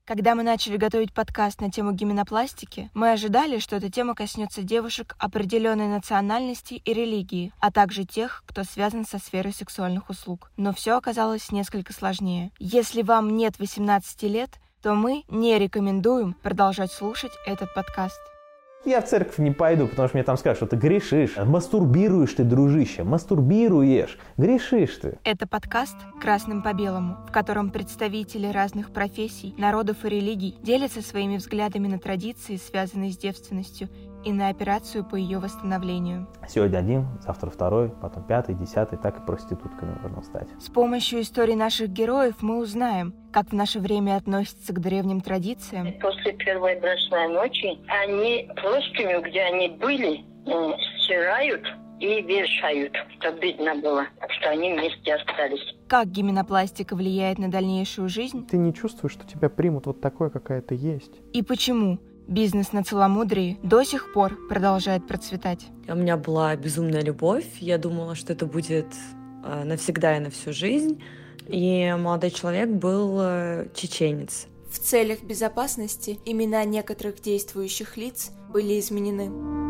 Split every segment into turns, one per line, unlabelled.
Когда мы начали готовить подкаст на тему гименопластики, мы ожидали, что эта тема коснется девушек определенной национальности и религии, а также тех, кто связан со сферой сексуальных услуг. Но все оказалось несколько сложнее. Если вам нет 18 лет, то мы не рекомендуем продолжать слушать этот подкаст.
Я в церковь не пойду, потому что мне там скажут, что ты грешишь. Мастурбируешь ты, дружище, мастурбируешь. Грешишь ты.
Это подкаст «Красным по белому», в котором представители разных профессий, народов и религий делятся своими взглядами на традиции, связанные с девственностью, и на операцию по ее восстановлению.
Сегодня один, завтра второй, потом пятый, десятый, так и проститутками можно стать.
С помощью историй наших героев мы узнаем, как в наше время относятся к древним традициям.
После первой брачной ночи они простыню, где они были, стирают и вешают, чтобы видно было, что они вместе остались.
Как гименопластика влияет на дальнейшую жизнь?
Ты не чувствуешь, что тебя примут вот такой, какая ты есть.
И почему бизнес на целомудрии до сих пор продолжает процветать?
У меня была безумная любовь. Я думала, что это будет навсегда и на всю жизнь. И молодой человек был чеченец.
В целях безопасности имена некоторых действующих лиц были изменены.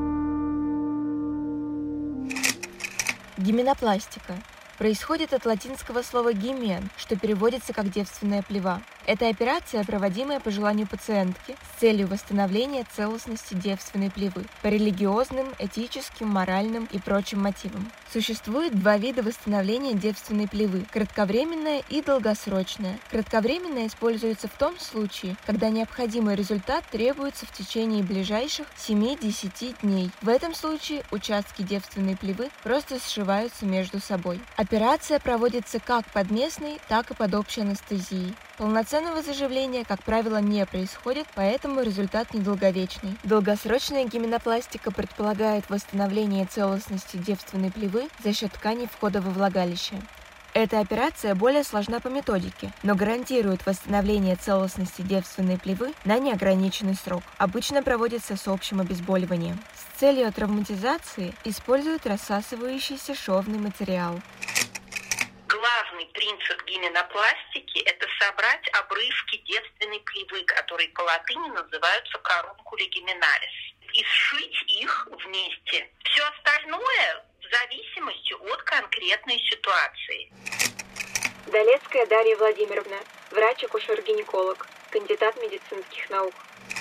Гименопластика происходит от латинского слова «гимен», что переводится как «девственная плева». Это операция, проводимая по желанию пациентки с целью восстановления целостности девственной плевы по религиозным, этическим, моральным и прочим мотивам. Существует два вида восстановления девственной плевы – кратковременная и долгосрочная. Кратковременная используется в том случае, когда необходимый результат требуется в течение ближайших 7-10 дней. В этом случае участки девственной плевы просто сшиваются между собой. Операция проводится как под местной, так и под общей анестезией. Полноценного заживления, как правило, не происходит, поэтому результат недолговечный. Долгосрочная гименопластика предполагает восстановление целостности девственной плевы за счет тканей входа во влагалище. Эта операция более сложна по методике, но гарантирует восстановление целостности девственной плевы на неограниченный срок. Обычно проводится с общим обезболиванием. С целью травматизации используют рассасывающийся шовный материал.
Главный принцип гименопластики – это собрать обрывки девственной плевы, которые по латыни называются карункули гименалис, и сшить их вместе. Все остальное в зависимости от конкретной ситуации.
Долецкая Дарья Владимировна, врач-акушер-гинеколог, кандидат медицинских наук.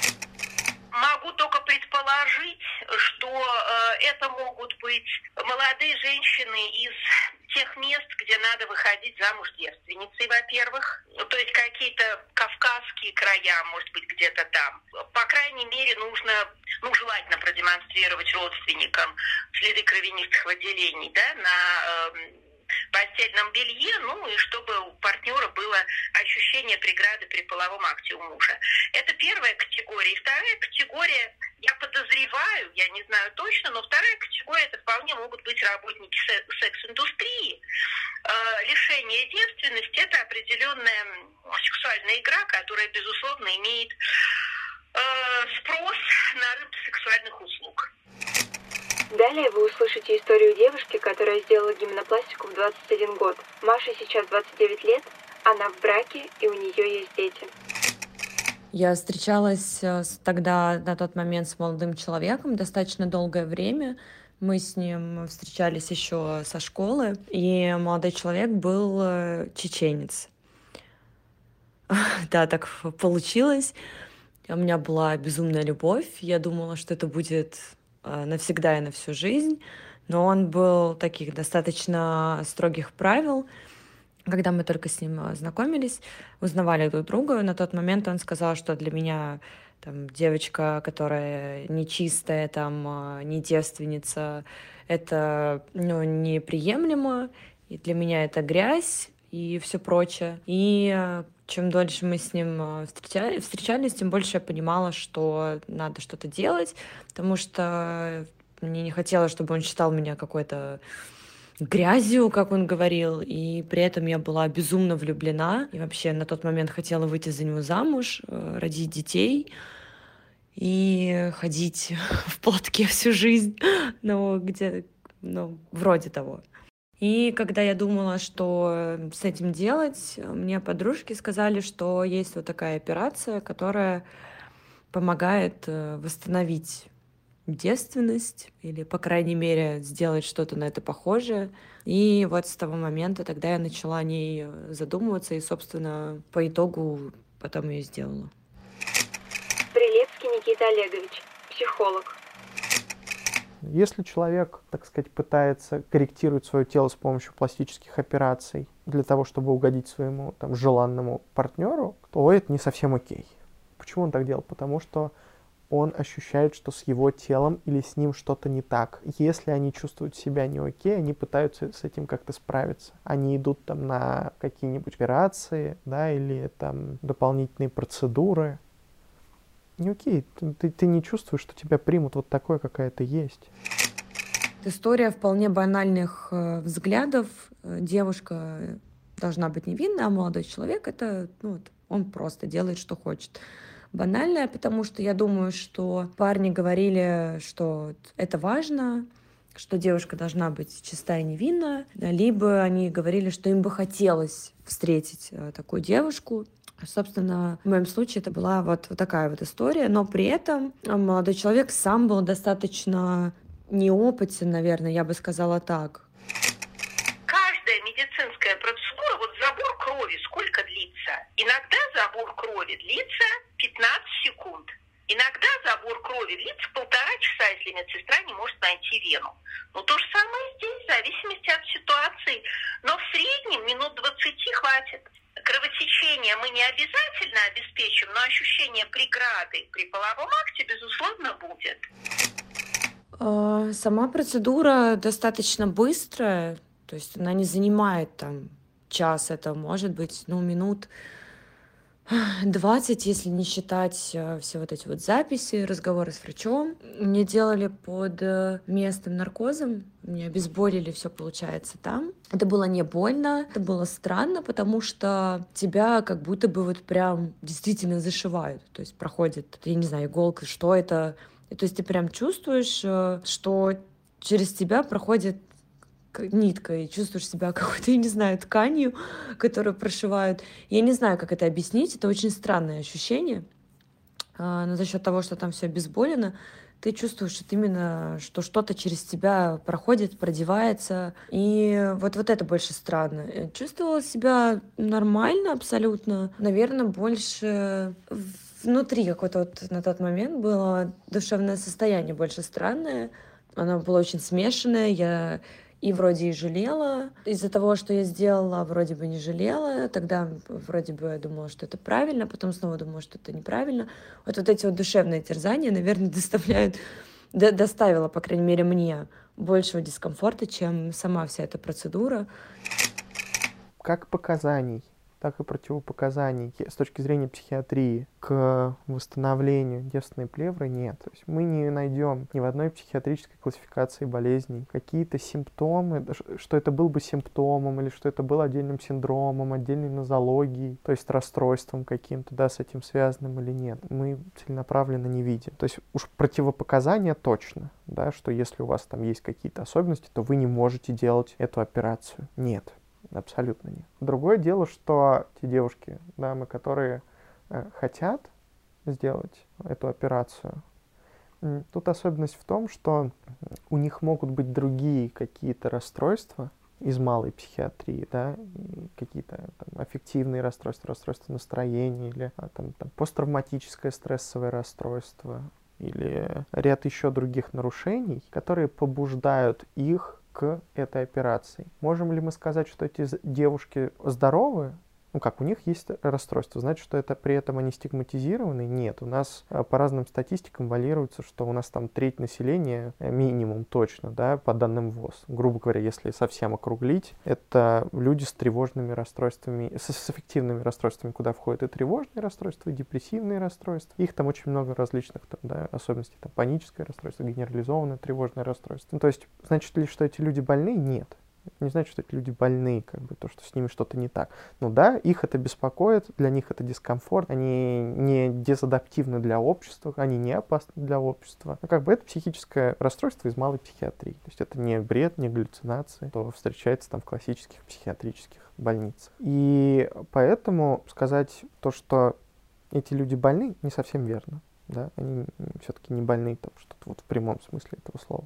Могу только предположить, что это могут быть молодые женщины из тех мест, где надо выходить замуж девственницей, во-первых. То есть какие-то кавказские края, может быть, где-то там. По крайней мере, нужно, желательно продемонстрировать родственникам следы кровянистых выделений, да, на постельном белье, и чтобы у партнера было ощущение преграды при половом акте у мужа. Это первая категория. И вторая категория, я подозреваю, я не знаю точно, но вторая категория, это вполне могут быть работники секс-индустрии. Лишение девственности – это определенная сексуальная игра, которая, безусловно, имеет спрос на рынок сексуальных услуг.
Далее вы услышите историю девушки, которая сделала гименопластику в 21 год. Маше сейчас 29 лет, она в браке, и у нее есть дети.
Я встречалась тогда, на тот момент, с молодым человеком достаточно долгое время. Мы с ним встречались еще со школы, и молодой человек был чеченец. Да, так получилось. У меня была безумная любовь. Я думала, что это будет навсегда и на всю жизнь, но он был таких достаточно строгих правил. Когда мы только с ним знакомились, узнавали друг друга, на тот момент он сказал, что для меня девочка, которая нечистая, не девственница, это неприемлемо, и для меня это грязь и все прочее. И чем дольше мы с ним встречались, тем больше я понимала, что надо что-то делать, потому что мне не хотелось, чтобы он считал меня какой-то грязью, как он говорил, и при этом я была безумно влюблена, и вообще на тот момент хотела выйти за него замуж, родить детей и ходить в платке всю жизнь, вроде того. И когда я думала, что с этим делать, мне подружки сказали, что есть вот такая операция, которая помогает восстановить девственность или, по крайней мере, сделать что-то на это похожее. И вот с того момента тогда я начала о ней задумываться и, собственно, по итогу потом ее сделала.
Прилепский Никита Олегович, психолог.
Если человек, так сказать, пытается корректировать свое тело с помощью пластических операций для того, чтобы угодить своему там, желанному партнеру, то это не совсем окей. Почему он так делал? Потому что он ощущает, что с его телом или с ним что-то не так. Если они чувствуют себя не окей, они пытаются с этим как-то справиться. Они идут там на какие-нибудь операции, да, или там дополнительные процедуры. Не окей, ты не чувствуешь, что тебя примут вот такой, какая ты есть.
История вполне банальных взглядов. Девушка должна быть невинна, а молодой человек это, он просто делает, что хочет. Банальная, потому что я думаю, что парни говорили, что это важно, что девушка должна быть чиста и невинна, либо они говорили, что им бы хотелось встретить такую девушку. Собственно, в моем случае это была вот такая вот история, но при этом молодой человек сам был достаточно неопытен, наверное, я бы сказала так.
Каждая медицинская процедура, вот забор крови сколько длится? Иногда забор крови длится 15 секунд. Иногда забор крови длится 1,5 часа, если медсестра не может найти вену. Ну, то же самое здесь, в зависимости от ситуации. Но в среднем минут 20 хватит. Кровотечение мы не обязательно обеспечим, но ощущение преграды при половом акте, безусловно, будет.
Сама процедура достаточно быстрая, то есть она не занимает там час, это может быть, минут 20, если не считать все вот эти вот записи, разговоры с врачом. Мне делали под местным наркозом, мне обезболили, все получается там. Это было не больно, это было странно, потому что тебя как будто бы вот прям действительно зашивают. То есть проходит, я не знаю, иголка, что это. И то есть ты прям чувствуешь, что через тебя проходит нитка, и чувствуешь себя какой-то, я не знаю, тканью, которую прошивают. Я не знаю, как это объяснить, это очень странное ощущение, но за счет того, что там все обезболено, ты чувствуешь именно, что что-то через тебя проходит, продевается, и вот это больше странно. Я чувствовала себя нормально абсолютно, наверное, больше внутри какое-то вот на тот момент было душевное состояние больше странное, оно было очень смешанное, я и вроде и жалела из-за того, что я сделала, вроде бы не жалела. Тогда вроде бы я думала, что это правильно, потом снова думала, что это неправильно. Вот эти вот душевные терзания, наверное, доставила, по крайней мере, мне большего дискомфорта, чем сама вся эта процедура.
Как показаний, так и противопоказаний с точки зрения психиатрии к восстановлению девственной плевры нет. То есть мы не найдем ни в одной психиатрической классификации болезней какие-то симптомы, что это был бы симптомом или что это был отдельным синдромом, отдельной нозологией, то есть расстройством каким-то, да, с этим связанным или нет. Мы целенаправленно не видим. То есть уж противопоказания точно, да, что если у вас там есть какие-то особенности, то вы не можете делать эту операцию. Нет. Абсолютно нет. Другое дело, что те девушки, дамы, которые хотят сделать эту операцию, тут особенность в том, что у них могут быть другие какие-то расстройства из малой психиатрии, да, какие-то там аффективные расстройства, расстройства настроения или там посттравматическое стрессовое расстройство или ряд еще других нарушений, которые побуждают их к этой операции. Можем ли мы сказать, что эти девушки здоровы? У них есть расстройство, значит, что это при этом они стигматизированы? Нет. У нас по разным статистикам варьируется, что у нас там треть населения, минимум точно, да, по данным ВОЗ. Грубо говоря, если совсем округлить, это люди с тревожными расстройствами, с аффективными расстройствами, куда входят и тревожные расстройства, и депрессивные расстройства. Их там очень много различных, там, да, особенностей, там, паническое расстройство, генерализованное тревожное расстройство. То есть, значит ли, что эти люди больны? Нет. Не значит, что эти люди больны, как бы, то, что с ними что-то не так. Ну да, их это беспокоит, для них это дискомфорт, они не дезадаптивны для общества, они не опасны для общества. Но как бы это психическое расстройство из малой психиатрии. То есть это не бред, не галлюцинации, то встречается там в классических психиатрических больницах. И поэтому сказать то, что эти люди больны, не совсем верно. Да? Они все-таки не больны, там, что-то вот в прямом смысле этого слова.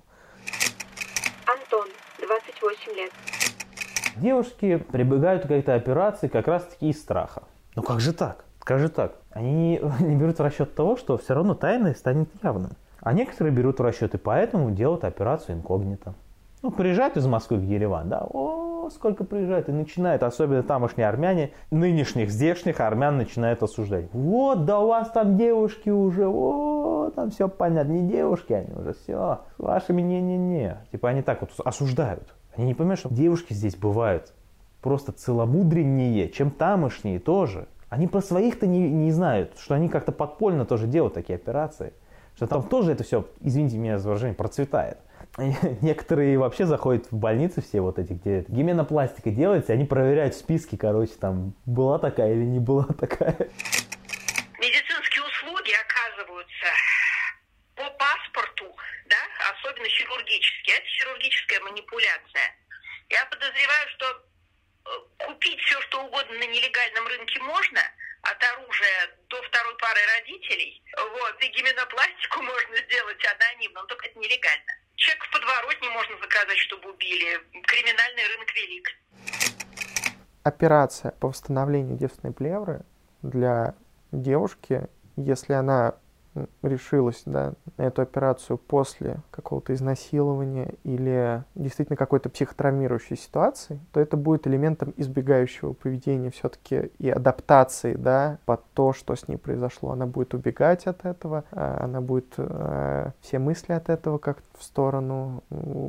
Антон, 28 лет.
Девушки прибегают к этой операции как раз-таки из страха. Ну как же так? Как же так? Они не берут в расчет того, что все равно тайное станет явным. А некоторые берут в расчет и поэтому делают операцию инкогнито. Ну, приезжают из Москвы в Ереван, да, сколько приезжают, и начинают, особенно тамошние армяне, нынешних, здешних армян начинают осуждать. Вот, да у вас там девушки уже, там все понятно, не девушки они уже, все, с вашими не-не-не. Типа они так вот осуждают. Они не понимают, что девушки здесь бывают просто целомудреннее, чем тамошние тоже. Они про своих-то не знают, что они как-то подпольно тоже делают такие операции. Что там тоже это все, извините меня за выражение, процветает. Некоторые вообще заходят в больницы все вот эти, где гименопластика делается, они проверяют списки, короче, там, была такая или не была такая.
Медицинские услуги оказываются по паспорту, да, особенно хирургические. Это хирургическая манипуляция. Я подозреваю, что купить все, что угодно на нелегальном рынке можно, от оружия до второй пары родителей. Вот, и гименопластику можно сделать анонимно, но только это нелегально. Человека в подворотне можно заказать, чтобы убили. Криминальный рынок велик.
Операция по восстановлению девственной плевры для девушки, если она решилась, да, на эту операцию после какого-то изнасилования или действительно какой-то психотравмирующей ситуации, то это будет элементом избегающего поведения все-таки и адаптации, да, под то, что с ней произошло. Она будет убегать от этого, она будет все мысли от этого как-то в сторону,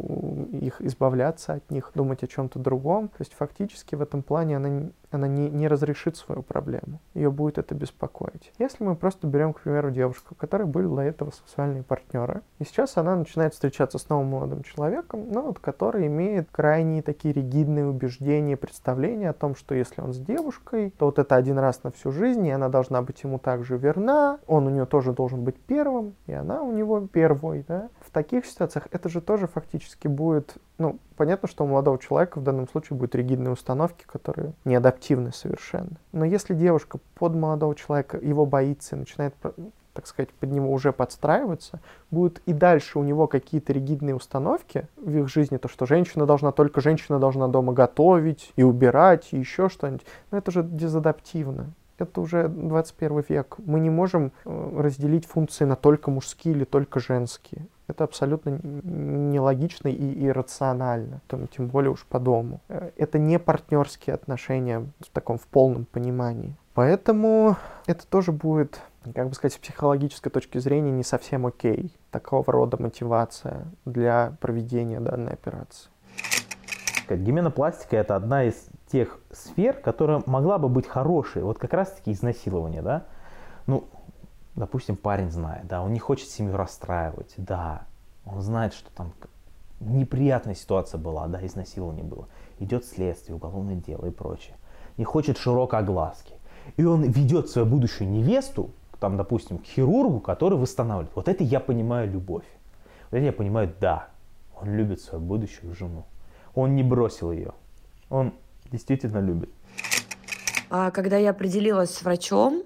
их избавляться от них, думать о чем-то другом. То есть фактически в этом плане она не разрешит свою проблему. Ее будет это беспокоить. Если мы просто берем, к примеру, девушку, у которой были до этого сексуальные партнеры, и сейчас она начинает встречаться с новым молодым человеком, но вот, который имеет крайне такие ригидные убеждения, представления о том, что если он с девушкой, то вот это один раз на всю жизнь, и она должна быть ему также верна, он у нее тоже должен быть первым, и она у него первой, да. В таких ситуациях это же тоже фактически будет, понятно, что у молодого человека в данном случае будут ригидные установки, которые не адаптивны совершенно. Но если девушка под молодого человека его боится и начинает, так сказать, под него уже подстраиваться, будут и дальше у него какие-то ригидные установки в их жизни, то, что женщина должна дома готовить и убирать, и еще что-нибудь. Но это же дезадаптивно. Это уже 21 век. Мы не можем разделить функции на только мужские или только женские. Это абсолютно нелогично и иррационально, тем более уж по дому. Это не партнерские отношения в полном понимании. Поэтому это тоже будет, с психологической точки зрения не совсем окей. Такого рода мотивация для проведения данной операции.
Гименопластика – это одна из тех сфер, которая могла бы быть хорошей. Вот как раз-таки изнасилование, да? Допустим, парень знает, да, он не хочет семью расстраивать, да, он знает, что там неприятная ситуация была, да, изнасилование было. Идет следствие, уголовное дело и прочее. Не хочет широкой огласки. И он ведет свою будущую невесту, там, допустим, к хирургу, который восстанавливает. Вот это я понимаю любовь. Вот это я понимаю, да, он любит свою будущую жену. Он не бросил ее. Он действительно любит.
Когда я определилась с врачом,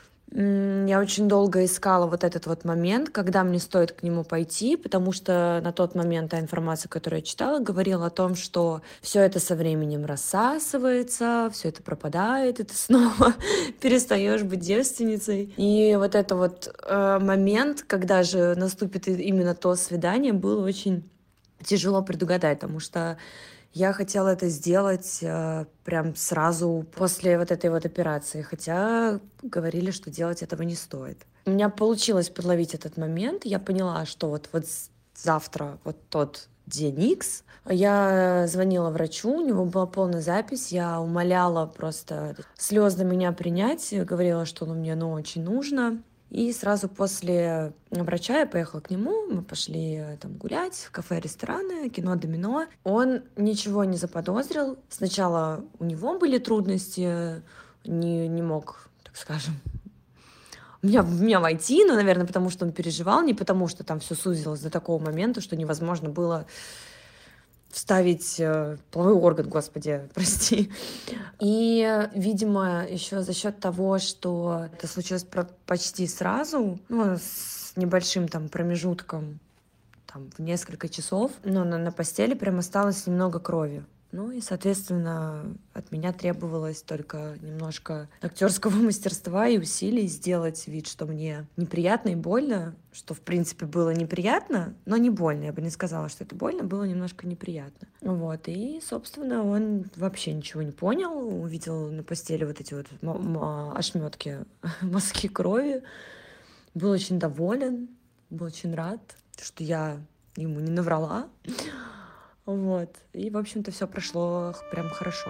я очень долго искала вот этот вот момент, когда мне стоит к нему пойти, потому что на тот момент та информация, которую я читала, говорила о том, что все это со временем рассасывается, все это пропадает, и ты снова перестаешь быть девственницей. И вот это вот момент, когда же наступит именно то свидание, было очень тяжело предугадать, потому что я хотела это сделать прям сразу после вот этой вот операции, хотя говорили, что делать этого не стоит. У меня получилось подловить этот момент, я поняла, что вот завтра вот тот день X. Я звонила врачу, у него была полная запись, я умоляла просто слезно меня принять, говорила, что мне очень нужно. И сразу после врача я поехала к нему, мы пошли там гулять в кафе, рестораны, кино, домино. Он ничего не заподозрил. Сначала у него были трудности, не мог, так скажем, в меня войти, но, наверное, потому что он переживал, не потому что там все сузилось до такого момента, что невозможно было вставить половой орган, господи, прости. И, видимо, еще за счет того, что это случилось почти сразу, ну, с небольшим там промежутком там, в несколько часов, но на постели прям осталось немного крови. Ну и, соответственно, от меня требовалось только немножко актерского мастерства и усилий сделать вид, что мне неприятно и больно, что, в принципе, было неприятно, но не больно. Я бы не сказала, что это больно, было немножко неприятно. Вот, и, собственно, он вообще ничего не понял, увидел на постели вот эти вот ошметки мазки крови, был очень доволен, был очень рад, что я ему не наврала. Вот. И, в общем-то, все прошло прям хорошо.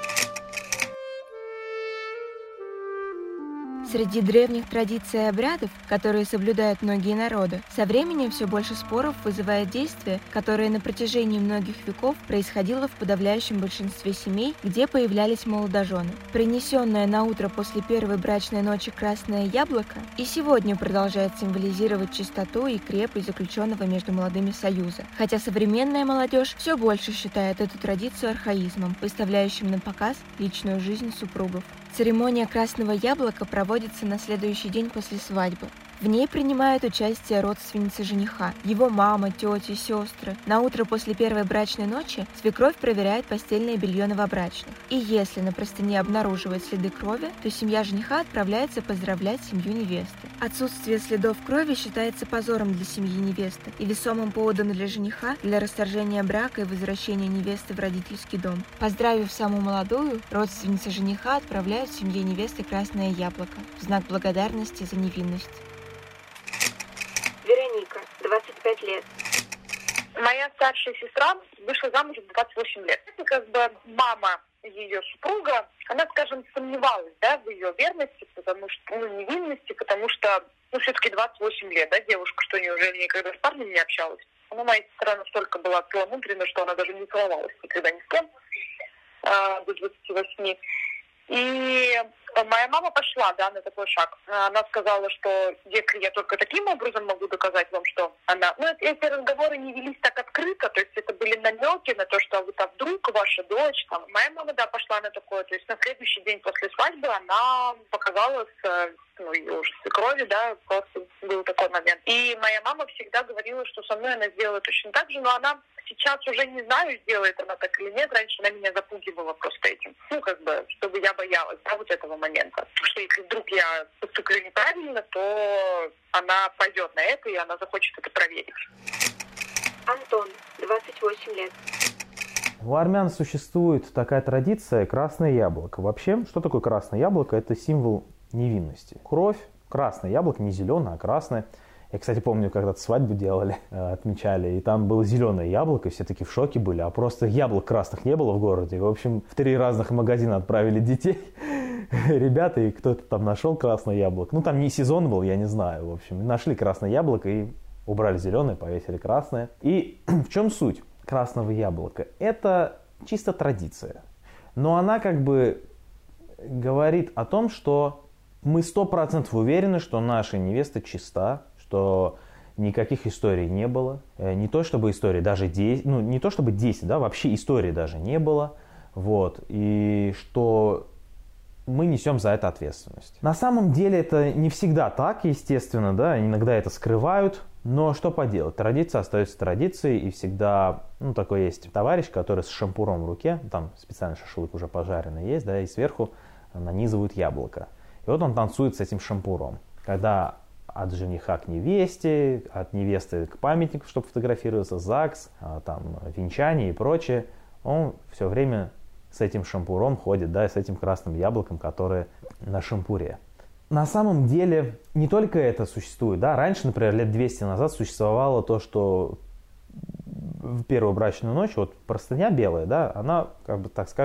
Среди древних традиций и обрядов, которые соблюдают многие народы, со временем все больше споров вызывает действие, которое на протяжении многих веков происходило в подавляющем большинстве семей, где появлялись молодожены. Принесенное на утро после первой брачной ночи красное яблоко и сегодня продолжает символизировать чистоту и крепость заключенного между молодыми союза, хотя современная молодежь все больше считает эту традицию архаизмом, выставляющим на показ личную жизнь супругов. Церемония красного яблока проводится на следующий день после свадьбы. В ней принимают участие родственницы жениха, его мама, тети, сестры. На утро после первой брачной ночи свекровь проверяет постельное белье новобрачных. И если на простыне обнаруживают следы крови, то семья жениха отправляется поздравлять семью невесты. Отсутствие следов крови считается позором для семьи невесты и весомым поводом для жениха для расторжения брака и возвращения невесты в родительский дом. Поздравив самую молодую, родственница жениха отправляет семье невесты красное яблоко в знак благодарности за невинность.
Вероника, 25 лет.
Моя старшая сестра вышла замуж в 28 лет. Это как бы мама ее супруга, она, скажем, сомневалась, да, в ее верности, потому что, невинности, потому что, все-таки 28 лет, да, девушка, что неужели никогда с парнем не общалась. Но моя сестра настолько была целомудренна, что она даже не целовалась никогда ни с кем до 28. И моя мама пошла, да, на такой шаг. Она сказала, что если я только таким образом могу доказать вам, что она... эти разговоры не велись так открыто, то есть это были намеки на то, что вот вдруг ваша дочь... Там. Моя мама, да, пошла на такое, то есть на следующий день после свадьбы она показалась, ее уже свекрови, да, просто был такой момент. И моя мама всегда говорила, что со мной она сделала точно так же, но она... Сейчас уже не знаю, сделает она так или нет. Раньше она меня запугивала просто этим. Чтобы я боялась, да, вот этого момента. Что если вдруг я поступлю неправильно, то она пойдет на это, и она захочет это проверить.
Антон, 28 лет.
У армян существует такая традиция красное яблоко. Вообще, что такое красное яблоко? Это символ невинности. Кровь, красное яблоко, не зеленое, а красное. Я, кстати, помню, когда-то свадьбу делали, отмечали, и там было зеленое яблоко, и все таки в шоке были, а просто яблок красных не было в городе. И, в общем, в 3 разных магазина отправили детей, ребята, и кто-то там нашел красное яблоко. Там не сезон был, я не знаю, в общем. Нашли красное яблоко и убрали зеленое, повесили красное. И в чем суть красного яблока? Это чисто традиция. Но она как бы говорит о том, что мы 100% уверены, что наша невеста чиста, что никаких историй не было. Не то чтобы истории даже 10, не то чтобы 10, да, вообще истории даже не было. Вот. И что мы несем за это ответственность. На самом деле это не всегда так, естественно, да, иногда это скрывают. Но что поделать, традиция остается традицией, и всегда, такой есть товарищ, который с шампуром в руке, там специальный шашлык уже пожаренный есть, да, и сверху нанизывают яблоко. И вот он танцует с этим шампуром. Когда от жениха к невесте, от невесты к памятнику, чтобы фотографироваться, ЗАГС, там, венчание и прочее, он все время с этим шампуром ходит, да, и с этим красным яблоком, которое на шампуре. На самом деле не только это существует, да, раньше, например, лет 200 назад существовало то, что в первую брачную ночь, вот простыня белая, да, она, как бы, так скажем,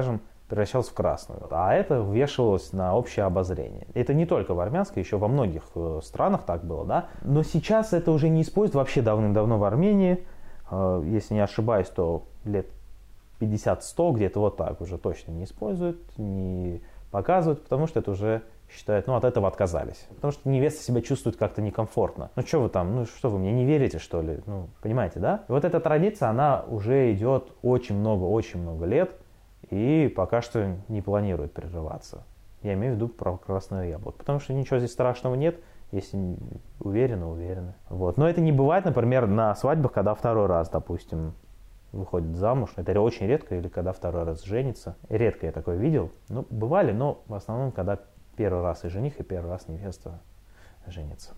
превращалась в красную. А это вешалось на общее обозрение. Это не только в армянской, еще во многих странах так было, да. Но сейчас это уже не используют вообще давным-давно в Армении. Если не ошибаюсь, то лет 50-100 где-то вот так уже точно не используют, не показывают, потому что это уже считают, от этого отказались. Потому что невеста себя чувствует как-то некомфортно. Что вы там, что вы мне не верите, что ли? Понимаете, да? И вот эта традиция, она уже идет очень много лет, и пока что не планирует прерываться. Я имею в виду про красное яблоко. Потому что ничего здесь страшного нет, если уверены. Вот. Но это не бывает, например, на свадьбах, когда второй раз, допустим, выходит замуж. Это очень редко, или когда второй раз женится. Редко я такое видел. Бывали, но в основном, когда первый раз и жених, и первый раз невеста женится.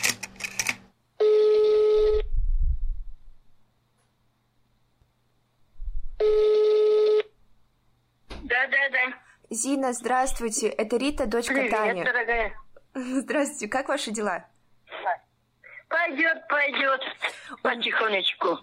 Да.
Зина, здравствуйте. Это Рита, дочка
Привет,
Тани.
дорогая.
Здравствуйте. Как ваши дела?
Пойдет. Потихонечку.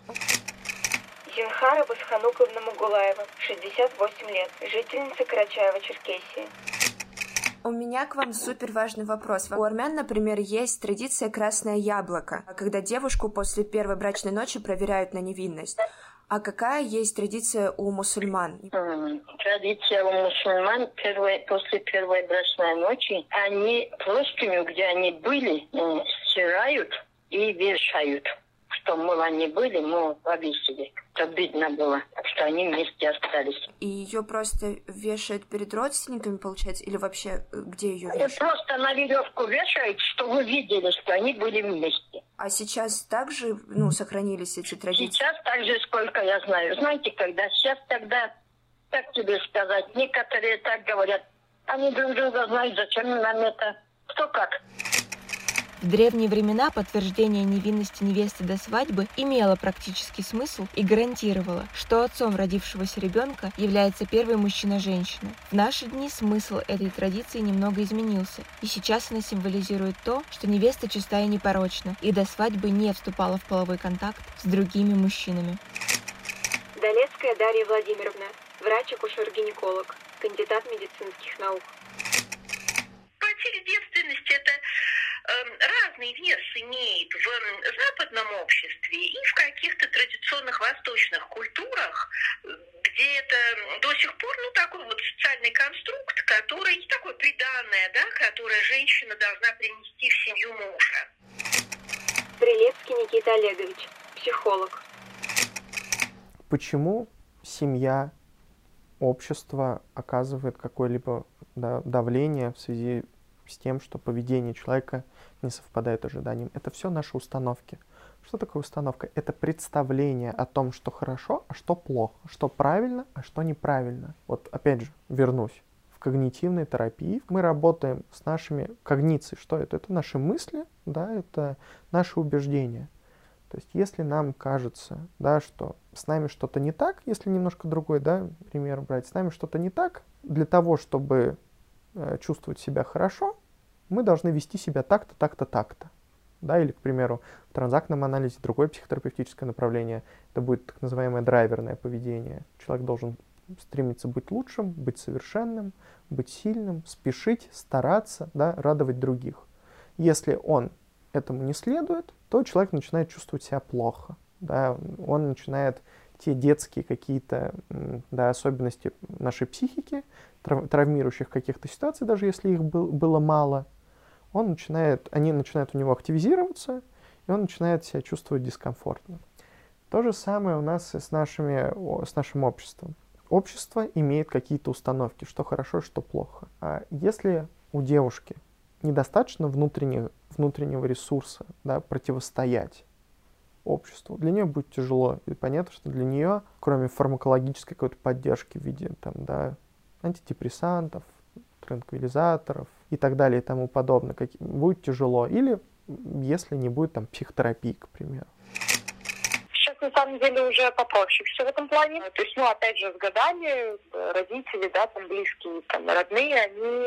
Зинхара Басхануковна Магулаева, 68 лет, жительница Карачаева-Черкесии.
У меня к вам супер важный вопрос. У армян, например, есть традиция «красное яблоко», когда девушку после первой брачной ночи проверяют на невинность. А какая есть традиция у мусульман?
Традиция у мусульман после первой брачной ночи, они простыню, где они были, стирают и вешают. Что, они были, повесили. Это видно было, что они вместе остались.
И ее просто вешают перед родственниками, получается? Или вообще, где ее вешают?
Просто на веревку вешают, чтобы вы видели, что они были вместе.
А сейчас также, сохранились эти традиции?
Сейчас так же, сколько я знаю. Знаете, когда сейчас тогда, как тебе сказать, некоторые так говорят, они друг друга знают, зачем нам это, кто как.
В древние времена подтверждение невинности невесты до свадьбы имело практический смысл и гарантировало, что отцом родившегося ребенка является первый мужчина-женщина. В наши дни смысл этой традиции немного изменился, и сейчас она символизирует то, что невеста чиста и непорочна, и до свадьбы не вступала в половой контакт с другими мужчинами.
Долецкая Дарья Владимировна, врач-акушер-гинеколог, кандидат медицинских наук.
Потеря девственности – это разный вес имеет в западном обществе и в каких-то традиционных восточных культурах, где это до сих пор такой вот социальный конструкт, который такое приданное, которое женщина должна принести в семью мужа.
Прилепский Никита Олегович, психолог.
Почему семья, общество оказывает какое-либо давление в связи с тем, что поведение человека не совпадает с ожиданием? Это все наши установки. Что такое установка? Это представление о том, что хорошо, а что плохо, что правильно, а что неправильно. Вот опять же, вернусь. В когнитивной терапии мы работаем с нашими когницией. Что это? Это наши мысли, это наши убеждения. То есть, если нам кажется, что с нами что-то не так, если немножко другой, пример брать, с нами что-то не так, для того, чтобы чувствовать себя хорошо, мы должны вести себя так-то, так-то, так-то. Или, к примеру, в транзактном анализе другое психотерапевтическое направление, это будет так называемое драйверное поведение. Человек должен стремиться быть лучшим, быть совершенным, быть сильным, спешить, стараться, радовать других. Если он этому не следует, то человек начинает чувствовать себя плохо. Он начинает те детские какие-то особенности нашей психики, травмирующих каких-то ситуаций, даже если их было мало, они начинают у него активизироваться, и он начинает себя чувствовать дискомфортно. То же самое у нас и с нашим обществом. Общество имеет какие-то установки, что хорошо, что плохо. А если у девушки недостаточно внутреннего ресурса противостоять обществу, для нее будет тяжело. И понятно, что для нее, кроме фармакологической какой-то поддержки в виде антидепрессантов, транквилизаторов и так далее и тому подобное, будет тяжело. Или если не будет психотерапии, к примеру.
Сейчас, на самом деле, уже попроще все в этом плане. То есть, опять же, с годами родители, близкие, родные,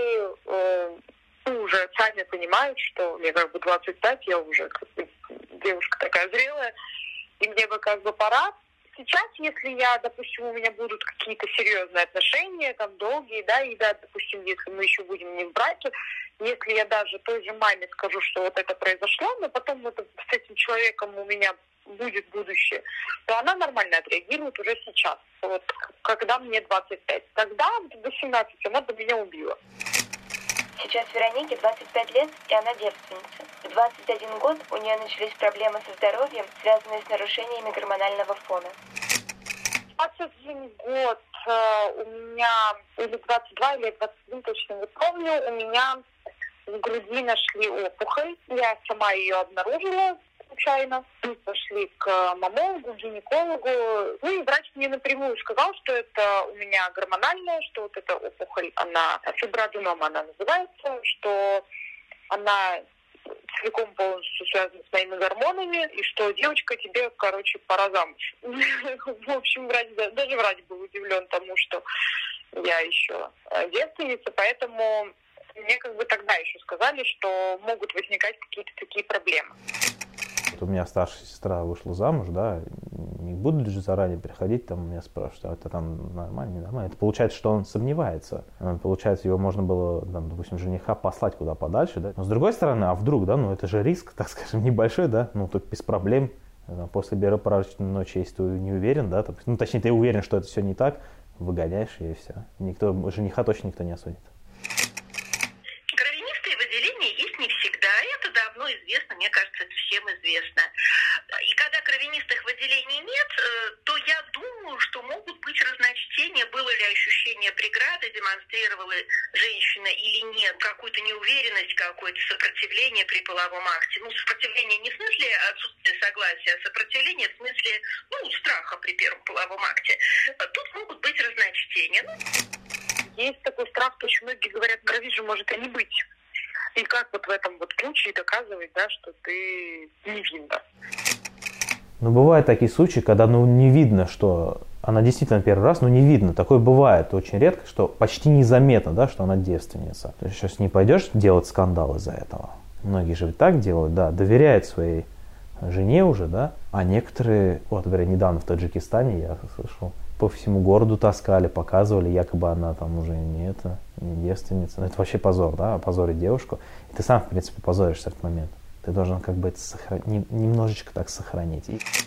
они уже сами понимают, что мне 25, я уже девушка такая зрелая, и мне бы пора. Сейчас, если я, допустим, у меня будут какие-то серьезные отношения, там, долгие, да, и да, допустим, если мы еще будем не в браке, если я даже той же маме скажу, что вот это произошло, но потом вот с этим человеком у меня будет будущее, то она нормально отреагирует уже сейчас. Вот когда мне 25. Тогда в 18 она бы меня убила.
Сейчас Веронике 25 лет, и она девственница. В 21 год у нее начались проблемы со здоровьем, связанные с нарушениями гормонального фона.
21 год у меня, или 22, или 21, точно не помню, у меня в груди нашли опухоль. Я сама ее обнаружила случайно. Мы пошли к мамологу, гинекологу. Ну и врач мне напрямую сказал, что это у меня гормональная, что вот эта опухоль, она фиброаденома она называется, что она целиком полностью связана с моими гормонами, и что, девочка, тебе, короче, пора замуж. В общем, даже врач был удивлен тому, что я еще девственница, поэтому мне как бы тогда еще сказали, что могут возникать какие-то такие проблемы.
У меня старшая сестра вышла замуж, да, не буду же заранее приходить, там меня спрашивают, а это там нормально, не нормально. Это получается, что он сомневается. Получается, его можно было, там, допустим, жениха послать куда подальше, да. Но с другой стороны, а вдруг, да, ну это же риск, так скажем, небольшой, да, ну тут без проблем. После брачной ночи, если ты не уверен, да, ну точнее, ты уверен, что это все не так, выгоняешь и все. Жениха точно никто не осудит.
Кровянистые выделения есть не всегда, это давно известно, мне кажется, это всем известно. И когда кровянистых выделений нет, то я думаю, что могут быть разночтения, было ли ощущение преграды, демонстрировала женщина или нет, какую-то неуверенность, какое-то сопротивление при половом акте. Ну, сопротивление не в смысле отсутствия согласия, а сопротивление в смысле, страха при первом половом акте. Тут могут быть разночтения.
Есть такой страх, почему многие говорят, крови же может и не быть. И как вот в этом вот случае доказывать, да, что ты невинна?
Ну, бывают такие случаи, когда, не видно, что она действительно первый раз, не видно. Такое бывает очень редко, что почти незаметно, да, что она девственница. То есть сейчас не пойдешь делать скандал из-за этого. Многие же так делают, да, доверяют своей жене уже, да. А некоторые, вот, например, недавно в Таджикистане, я слышал, по всему городу таскали, показывали, якобы она там уже не девственница. Это вообще позор, да, опозорить девушку. И ты сам, в принципе, позоришься в этот момент. Ты должен как бы это немножечко так сохранить.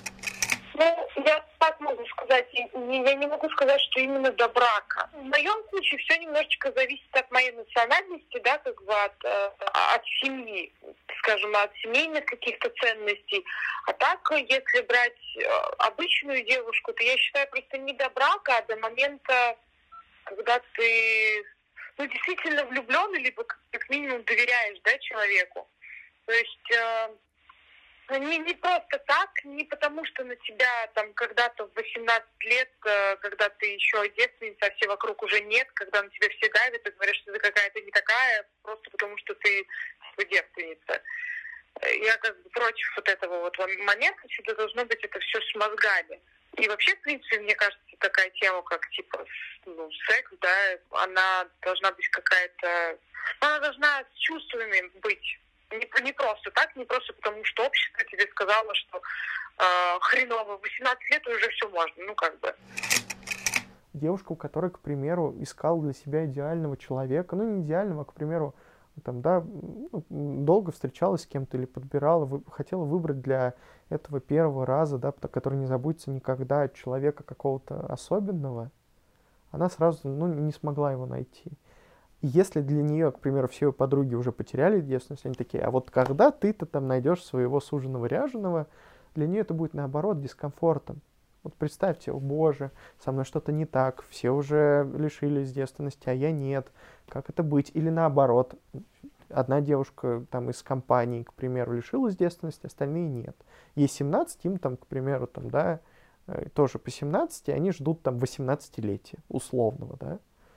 Я так могу сказать. Я не могу сказать, что именно до брака. В моем случае все немножечко зависит от моей национальности, да, как бы от семьи, скажем, от семейных каких-то ценностей. А так, если брать обычную девушку, то я считаю просто не до брака, а до момента, когда ты действительно влюблен, либо как минимум доверяешь, да, человеку. То есть не просто так, не потому что на тебя там когда-то в 18 лет, когда ты еще девственница, а все вокруг уже нет, когда на тебя все давят и говорят, что ты какая-то не такая, просто потому что ты девственница. Я как бы против вот этого вот момента, всегда должно быть это все с мозгами. И вообще, в принципе, мне кажется, такая тема, как типа секс, да, она должна быть какая-то... Она должна с чувствами быть. Не просто так, не просто потому, что общество тебе сказало, что хреново, в 18 лет уже все можно, как бы.
Девушка, у которой, к примеру, искала для себя идеального человека, не идеального, а, к примеру, там, да, долго встречалась с кем-то или подбирала, хотела выбрать для этого первого раза, да, который не забудется никогда, человека какого-то особенного, она сразу, не смогла его найти. И если для нее, к примеру, все ее подруги уже потеряли девственность, они такие, а вот когда ты-то там найдешь своего суженого ряженого, для нее это будет, наоборот, дискомфортом. Вот представьте, о боже, со мной что-то не так, все уже лишились девственности, а я нет. Как это быть? Или наоборот, одна девушка там из компании, к примеру, лишилась девственности, остальные нет. Ей 17, им там, к примеру, там, да, тоже по 17, они ждут там 18-летия условного, да.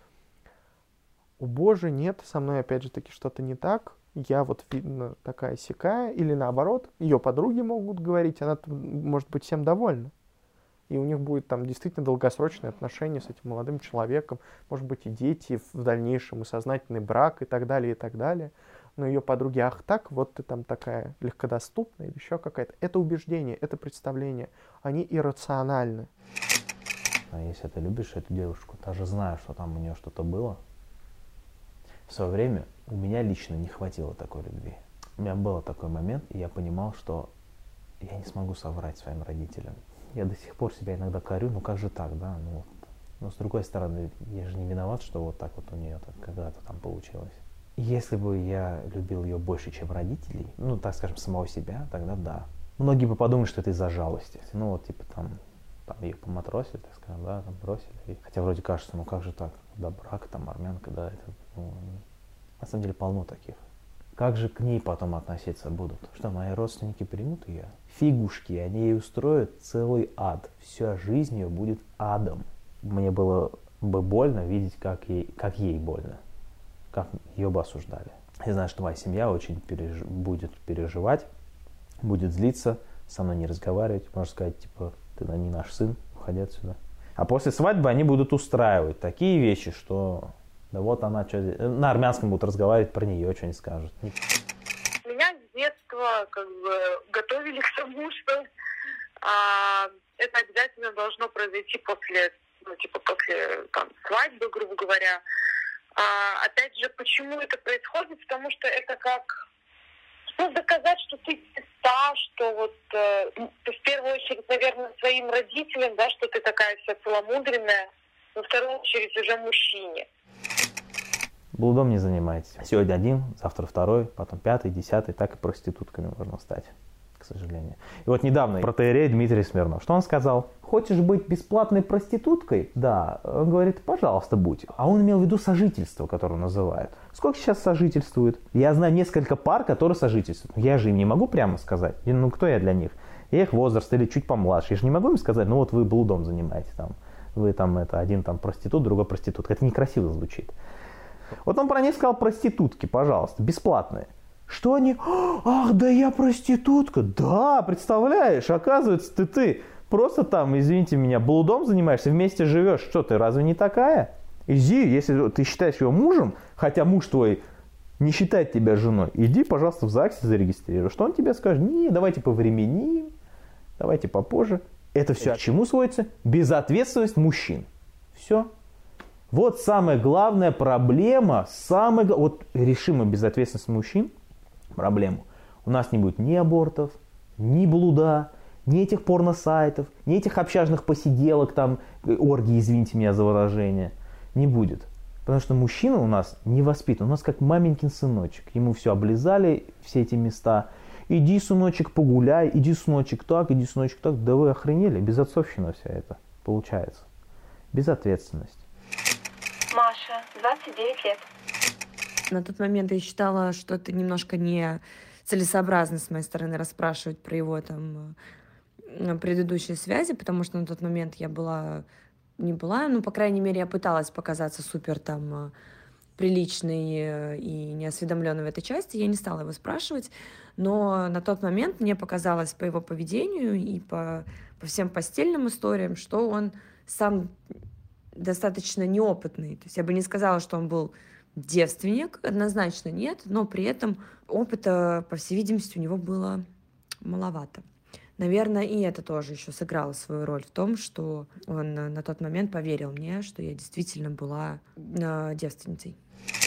О боже, нет, со мной опять же таки что-то не так, я вот видно такая-сякая, или наоборот, ее подруги могут говорить, она может быть всем довольна. И у них будет там действительно долгосрочные отношения с этим молодым человеком, может быть и дети в дальнейшем, и сознательный брак, и так далее, и так далее. но ее подруги, ах так, вот ты там такая легкодоступная или еще какая-то. Это убеждение, это представление. Они иррациональны.
А если ты любишь эту девушку, даже зная, что там у нее что-то было, в свое время у меня лично не хватило такой любви. У меня был такой момент, и я понимал, что я не смогу соврать своим родителям. Я до сих пор себя иногда корю, ну как же так, да? Ну, но с другой стороны, я же не виноват, что вот так вот у нее так когда-то там получилось. Если бы я любил ее больше, чем родителей, ну, так скажем, самого себя, тогда да. Многие бы подумали, что это из-за жалости. Ну, вот, типа, там ее поматросили, так скажем, да, там бросили. И, хотя вроде кажется, ну, как же так, да, брак, там, армянка, да, это, ну, на самом деле полно таких. Как же к ней потом относиться будут? Что, мои родственники примут ее? Фигушки, они ей устроят целый ад. Вся жизнь ее будет адом. Мне было бы больно видеть, как ей больно. Как ее бы осуждали. Я знаю, что моя семья очень будет переживать, будет злиться, со мной не разговаривать. Можно сказать, типа, ты не наш сын, уходи отсюда. А после свадьбы они будут устраивать такие вещи, что да вот она что... На армянском будут разговаривать про нее, что-нибудь скажут.
Меня с детства как бы готовили к тому, что это обязательно должно произойти после, ну, типа, после там, свадьбы, грубо говоря. Опять же, почему это происходит? Потому что это как доказать, что ты та, что вот в первую очередь, наверное, своим родителям, да, что ты такая вся целомудренная, во вторую очередь уже мужчине.
Блудом не занимайтесь. Сегодня один, завтра второй, потом пятый, десятый, так и проститутками можно стать, к сожалению. И вот недавно протоиерей Дмитрий Смирнов, что он сказал? Хочешь быть бесплатной проституткой? Да. Он говорит, пожалуйста, будь. А он имел в виду сожительство, которое называют. Сколько сейчас сожительствует? Я знаю несколько пар, которые сожительствуют. Я же им не могу прямо сказать. Ну, кто я для них? Я их возраст или чуть помладше. Я же не могу им сказать, ну вот вы блудом занимаетесь там. Вы там это, один там проститут, другой проститутка. Это некрасиво звучит. Вот он про них сказал проститутки, пожалуйста, бесплатные. Что они? Ах, да я проститутка. Да, представляешь, оказывается, ты просто там, извините меня, блудом занимаешься, вместе живешь. Что ты, разве не такая? Иди, если ты считаешь его мужем, хотя муж твой не считает тебя женой, иди, пожалуйста, в ЗАГСе зарегистрируй. Что он тебе скажет? Не, давайте повременим, давайте попозже. Это все к чему сводится? Безответственность мужчин. Все. Вот самая главная проблема, вот решим мы безответственность мужчин, проблему. У нас не будет ни абортов, ни блуда, ни этих порносайтов, ни этих общажных посиделок, там, оргии, извините меня за выражение, не будет. Потому что мужчина у нас не воспитан, у нас как маменькин сыночек. Ему все облизали, все эти места. Иди, сыночек, погуляй, иди, сыночек, так, иди, сыночек, так. Да вы охренели, безотцовщина вся это получается. Безответственность.
Маша, 29 лет.
На тот момент я считала, что это немножко не целесообразно с моей стороны расспрашивать про его там предыдущие связи, потому что на тот момент я ну, по крайней мере, я пыталась показаться супер там приличной и неосведомленной в этой части. Я не стала его спрашивать, но на тот момент мне показалось по его поведению и по всем постельным историям, что он сам достаточно неопытный. То есть я бы не сказала, что он был девственник, однозначно нет, но при этом опыта, по всей видимости, у него было маловато. Наверное, и это тоже еще сыграло свою роль в том, что он на тот момент поверил мне, что я действительно была девственницей.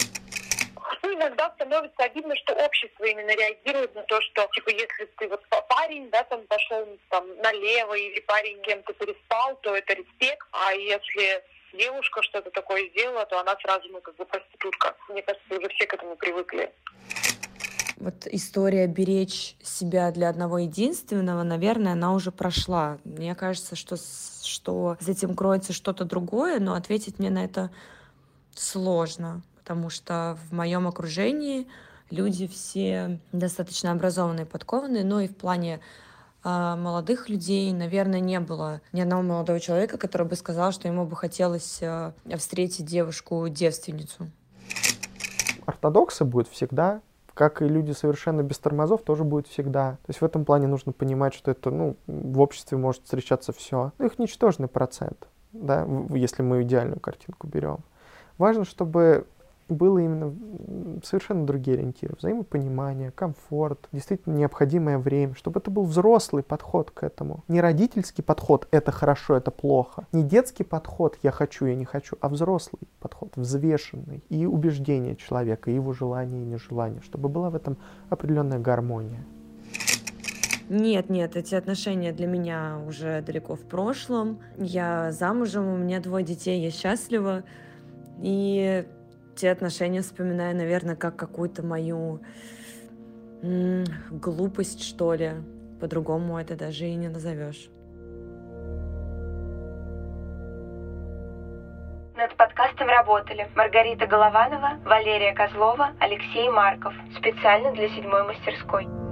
Иногда становится обидно, что общество именно реагирует на то, что, типа, если ты вот парень, да, там пошел там налево, или парень кем-то переспал, то это респект, а если девушка что-то такое сделала, то она сразу, ну, как бы проститутка. Мне кажется, уже все к этому привыкли.
Вот история беречь себя для одного единственного, наверное, она уже прошла. Мне кажется, что за этим кроется что-то другое, но ответить мне на это сложно, потому что в моем окружении люди все достаточно образованные, подкованные, но и в плане молодых людей, наверное, не было ни одного молодого человека, который бы сказал, что ему бы хотелось встретить девушку-девственницу.
Ортодоксы будут всегда, как и люди совершенно без тормозов тоже будут всегда. То есть в этом плане нужно понимать, что это, ну, в обществе может встречаться все. Но их ничтожный процент, да, если мы идеальную картинку берем. Важно, чтобы было именно совершенно другие ориентиры. Взаимопонимание, комфорт, действительно необходимое время, чтобы это был взрослый подход к этому. Не родительский подход «это хорошо, это плохо». Не детский подход «я хочу, я не хочу», а взрослый подход, взвешенный. И убеждение человека, и его желание и нежелание, чтобы была в этом определенная гармония.
Нет, эти отношения для меня уже далеко в прошлом. Я замужем, у меня 2 детей, я счастлива. И те отношения вспоминаю, наверное, как какую-то мою глупость, что ли. По-другому это даже и не назовешь.
Над подкастом работали Маргарита Голованова, Валерия Козлова, Алексей Марков. Специально для 7-й мастерской.